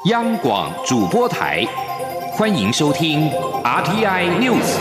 央广主播台，欢迎收听 RTI News。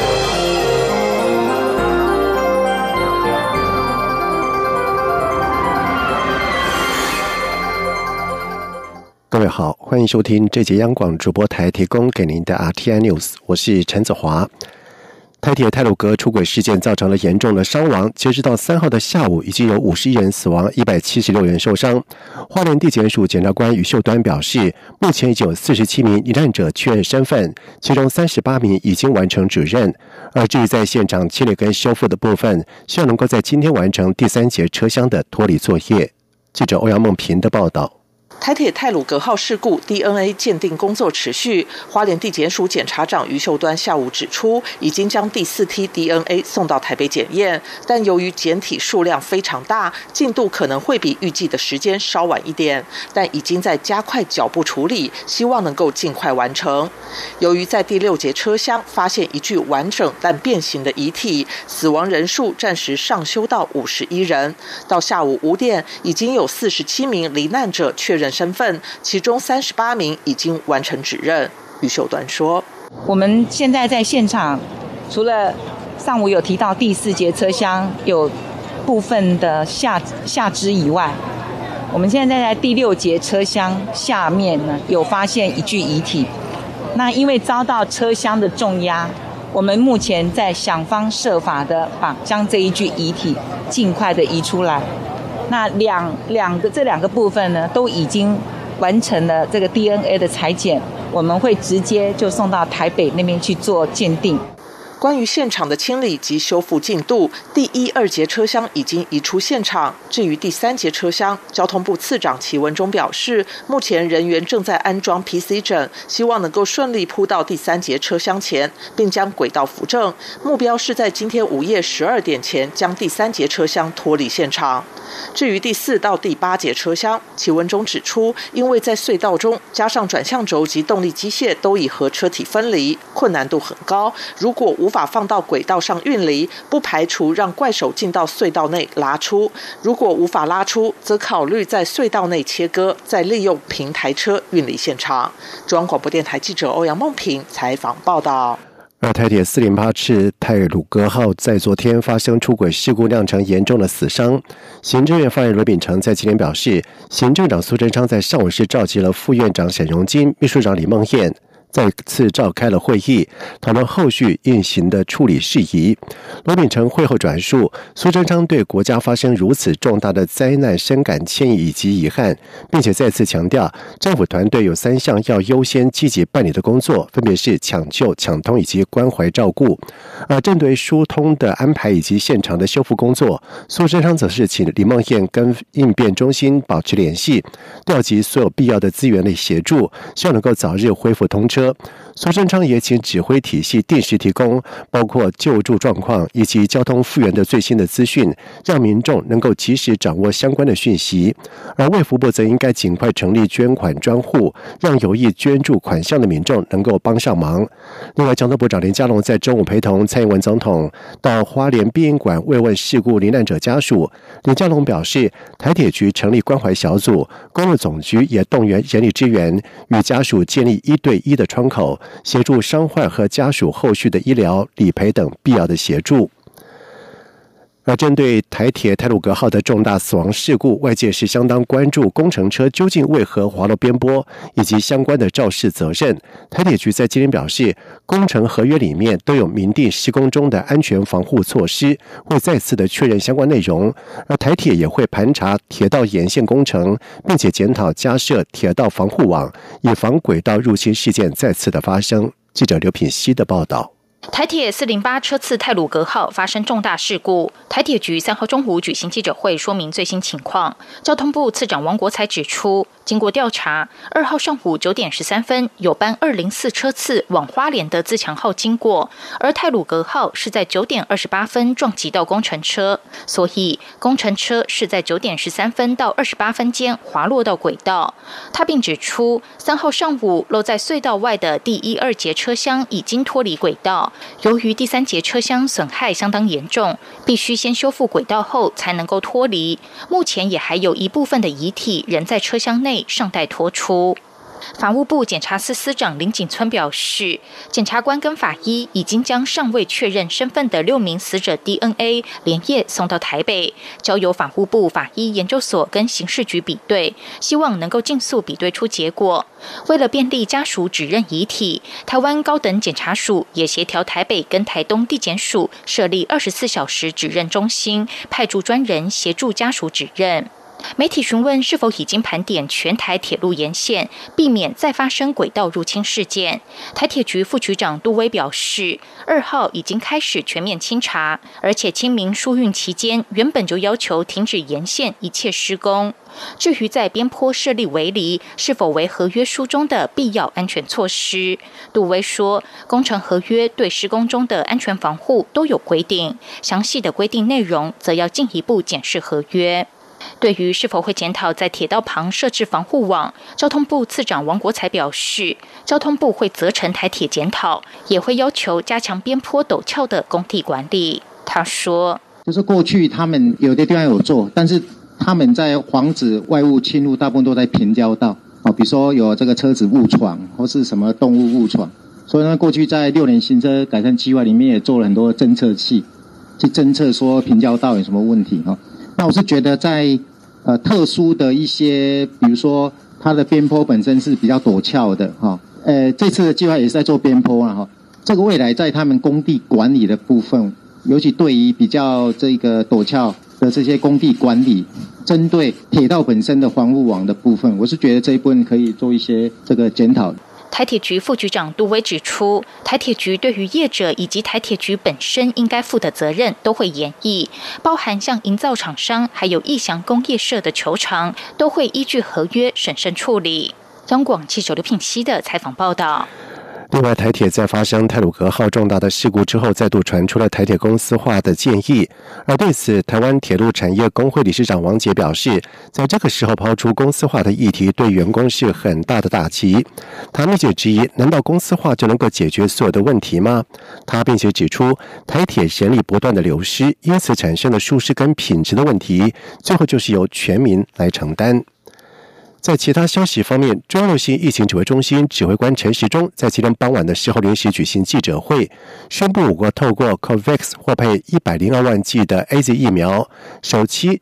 各位好，欢迎收听这节央广主播台提供给您的 RTI News， 我是陈子华。台铁太鲁阁出轨事件造成了严重的伤亡，截止到3号的下午，已经有51人死亡，176人受伤。花莲地检署检察官于秀端表示，目前已经有47名罹难者确认身份，其中38名已经完成指认。而至于在现场清理跟修复的部分，希望能够在今天完成第3节车厢的脱离作业。记者欧阳梦平的报道。 台铁太鲁阁号事故 DNA 鉴定工作持续，花莲地检署检察长于秀端下午指出，已经将第4梯 DNA 送到台北检验，但由于检体数量非常大，进度可能会比预计的时间稍晚一点，但已经在加快脚步处理，希望能够尽快完成。由于在第6节车厢发现一具完整但变形的遗体，死亡人数暂时上修到51人。到下午5点，已经有47名罹难者确认身份，其中38名已经完成指认。于秀端说， 我们现在在现场，除了上午有提到第4节车厢有部分的下肢以外，我们现在在第6节车厢下面呢，有发现一具遗体。那因为遭到车厢的重压，我们目前在想方设法的将这一具遗体尽快的移出来。那这两个部分呢，都已经完成了这个 DNA 的采检，我们会直接就送到台北那边去做鉴定。 关于现场的清理及修复进度，第1、2节车厢已经移出现场。至于第3节车厢，交通部次长齐文忠表示，目前人员正在安装 PC 枕，希望能够顺利铺到第3节车厢前，并将轨道扶正。目标是在今天午夜12点前将第3节车厢脱离现场。至于第4到第8节车厢，齐文忠指出，因为在隧道中加上转向轴及动力机械都已和车体分离，困难度很高，如果无法放到轨道上运离，不排除让怪手进到隧道内拉出，如果无法拉出，则考虑在隧道内切割，再利用平台车运离现场。中央广播电台记者欧阳梦平采访报道。 而台铁408次太鲁阁号在昨天发生出轨事故，酿成严重的死伤。行政院发言人罗秉成在今天表示，行政长苏贞昌在上午是召集了副院长沈荣金、秘书长李梦燕，再次召开了会议，讨论后续运行的处理事宜。罗秉成会后转述，苏贞昌对国家发生如此重大的灾难深感歉意以及遗憾，并且再次强调，政府团队有3项要优先积极办理的工作，分别是抢救、抢通以及关怀照顾。而针对疏通的安排以及现场的修复工作，苏贞昌则是请李梦燕跟应变中心保持联系，调集所有必要的资源的协助，希望能够早日恢复通车。苏贞昌也请指挥体系定时提供包括救助状况以及交通复原的最新的资讯，让民众能够及时掌握相关的讯息。而卫福部则应该尽快成立捐款专户，让有意捐助款项的民众能够帮上忙。另外，交通部长林佳龙在中午陪同蔡英文总统到花莲殡仪馆慰问事故罹难者家属。林佳龙表示，台铁局成立关怀小组，公路总局也动员人力支援，与家属建立1对1的窗口，协助伤患和家属后续的医疗、理赔等必要的协助。而针对台铁太鲁阁号的重大死亡事故，外界是相当关注工程车究竟为何滑落边坡，以及相关的肇事责任。台铁局在今天表示，工程合约里面都有明定施工中的安全防护措施，会再次的确认相关内容。而台铁也会盘查铁道沿线工程，并且检讨加设铁道防护网，以防轨道入侵事件再次的发生。记者刘品希的报道。 台铁408车次太鲁阁号发生重大事故，台铁局3号中午举行记者会说明最新情况。交通部次长王国材指出，经过调查，2号上午9点13分有班204车次往花莲的自强号经过，而太鲁阁号是在9点28分撞击到工程车，所以工程车是在9点13分到28分间滑落到轨道。他并指出，3号上午漏在隧道外的第1、2节车厢已经脱离轨道。由于第3节车厢损害相当严重，必须先修复轨道后才能够脱离。目前也还有一部分的遗体仍在车厢内，尚待拖出。 法务部检察司司长林景村表示，检察官跟法医已经将尚未确认身份的6名死者 DNA 连夜送到台北，交由法务部法医研究所跟刑事局比对，希望能够尽速比对出结果。为了便利家属指认遗体，台湾高等检察署也协调台北跟台东地检署设立24小时指认中心，派驻专人协助家属指认。媒体询问是否已经盘点全台铁路沿线，避免再发生轨道入侵事件，台铁局副局长杜威表示，2号已经开始全面清查，而且清明疏运期间原本就要求停止沿线一切施工。至于在边坡设立围篱是否为合约书中的必要安全措施，杜威说，工程合约对施工中的安全防护都有规定，详细的规定内容则要进一步检视合约。对于是否会检讨在铁道旁设置防护网，交通部次长王国材表示，交通部会责成台铁检讨，也会要求加强边坡陡峭的工地管理。他说， 就是过去他们有的地方有做，但是他们在防止外物侵入，大部分都在平交道，比如说有这个车子误闯或是什么动物误闯，所以呢，过去在6年行车改善计划里面也做了很多侦测器，去侦测说平交道有什么问题哈。那我是觉得在特殊的一些，比如说它的边坡本身是比较陡峭的哈，这次的计划也是在做边坡了哈。这个未来在他们工地管理的部分，尤其对于比较这个陡峭的这些工地管理，针对铁道本身的防护网的部分，我是觉得这一部分可以做一些这个检讨。 台铁局副局长杜威指出，台铁局对于业者以及台铁局本身应该负的责任都会研议，包含像营造厂商还有义祥工业社的求偿，都会依据合约审慎处理。央广记者刘品熙的采访报道。 另外，台铁在发生太鲁阁号重大的事故之后，再度传出了台铁公司化的建议。而对此，台湾铁路产业工会理事长王杰表示，在这个时候抛出公司化的议题，对员工是很大的打击。他密切质疑，难道公司化就能够解决所有的问题吗？他并且指出，台铁人力不断的流失，因此产生了疏失跟品质的问题，最后就是由全民来承担。在其他消息方面，中央流行疫情指挥中心指挥官陈时中在今天傍晚的时候临时举行记者会，宣布我国透过 COVAX 获配102万剂的 AZ 疫苗，首期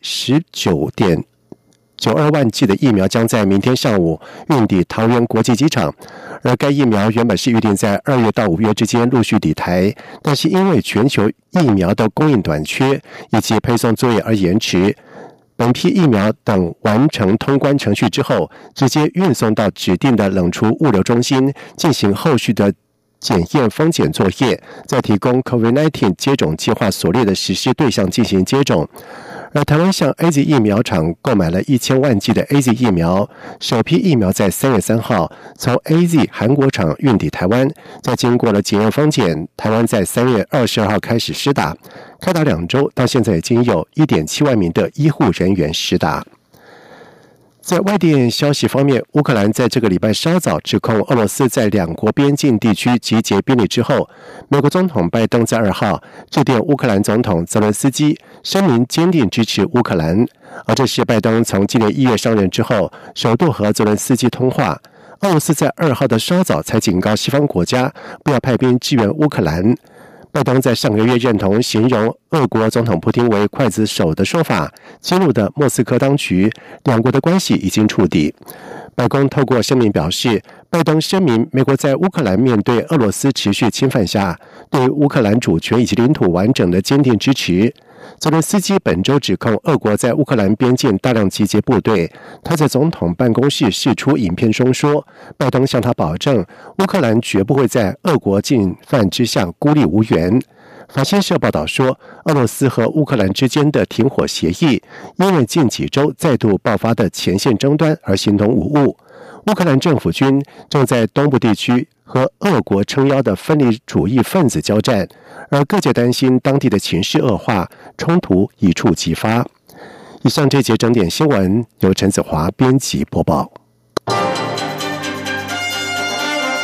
19.92万剂的疫苗将在明天上午运抵桃园国际机场，而该疫苗原本是预定在2月到5月之间陆续抵台，但是因为全球疫苗的供应短缺以及配送作业而延迟。本批疫苗等完成通关程序之后，直接运送到指定的冷储物流中心进行后续的检验封检作业，再提供 COVID-19 接种计划所列的实施对象进行接种。而台湾向 AZ 疫苗厂购买了1000万剂的 AZ 疫苗，首批疫苗在3月3号从 AZ 韩国厂运抵台湾，在经过了检验封检，台湾在3月22号开始施打，开打2周，到现在已经有1.7万名的医护人员施打。在外电消息方面，乌克兰在这个礼拜稍早指控俄罗斯在两国边境地区集结兵力之后，美国总统拜登在2号致电乌克兰总统泽伦斯基，声明坚定支持乌克兰。而这是拜登从今年1月上任之后首度和泽伦斯基通话。俄罗斯在2号的稍早才警告西方国家不要派兵支援乌克兰。拜登在上个月认同形容俄国总统普丁为刽子手的说法，激怒的莫斯科当局，两国的关系已经触底。白宫透过声明表示，拜登声明美国在乌克兰面对俄罗斯持续侵犯下，对乌克兰主权以及领土完整的坚定支持。泽连斯基本周指控俄国在乌克兰边境大量集结部队。他在总统办公室释出影片中说，拜登向他保证，乌克兰绝不会在俄国进犯之下孤立无援。法新社报道说，俄罗斯和乌克兰之间的停火协议因为近几周再度爆发的前线争端而形同无物。乌克兰政府军正在东部地区和俄国撑腰的分离主义分子交战，而各界担心当地的情势恶化，冲突一触即发。以上这节整点新闻由陈子华编辑播报。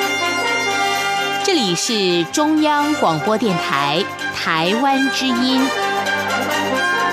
这里是中央广播电台台湾之音。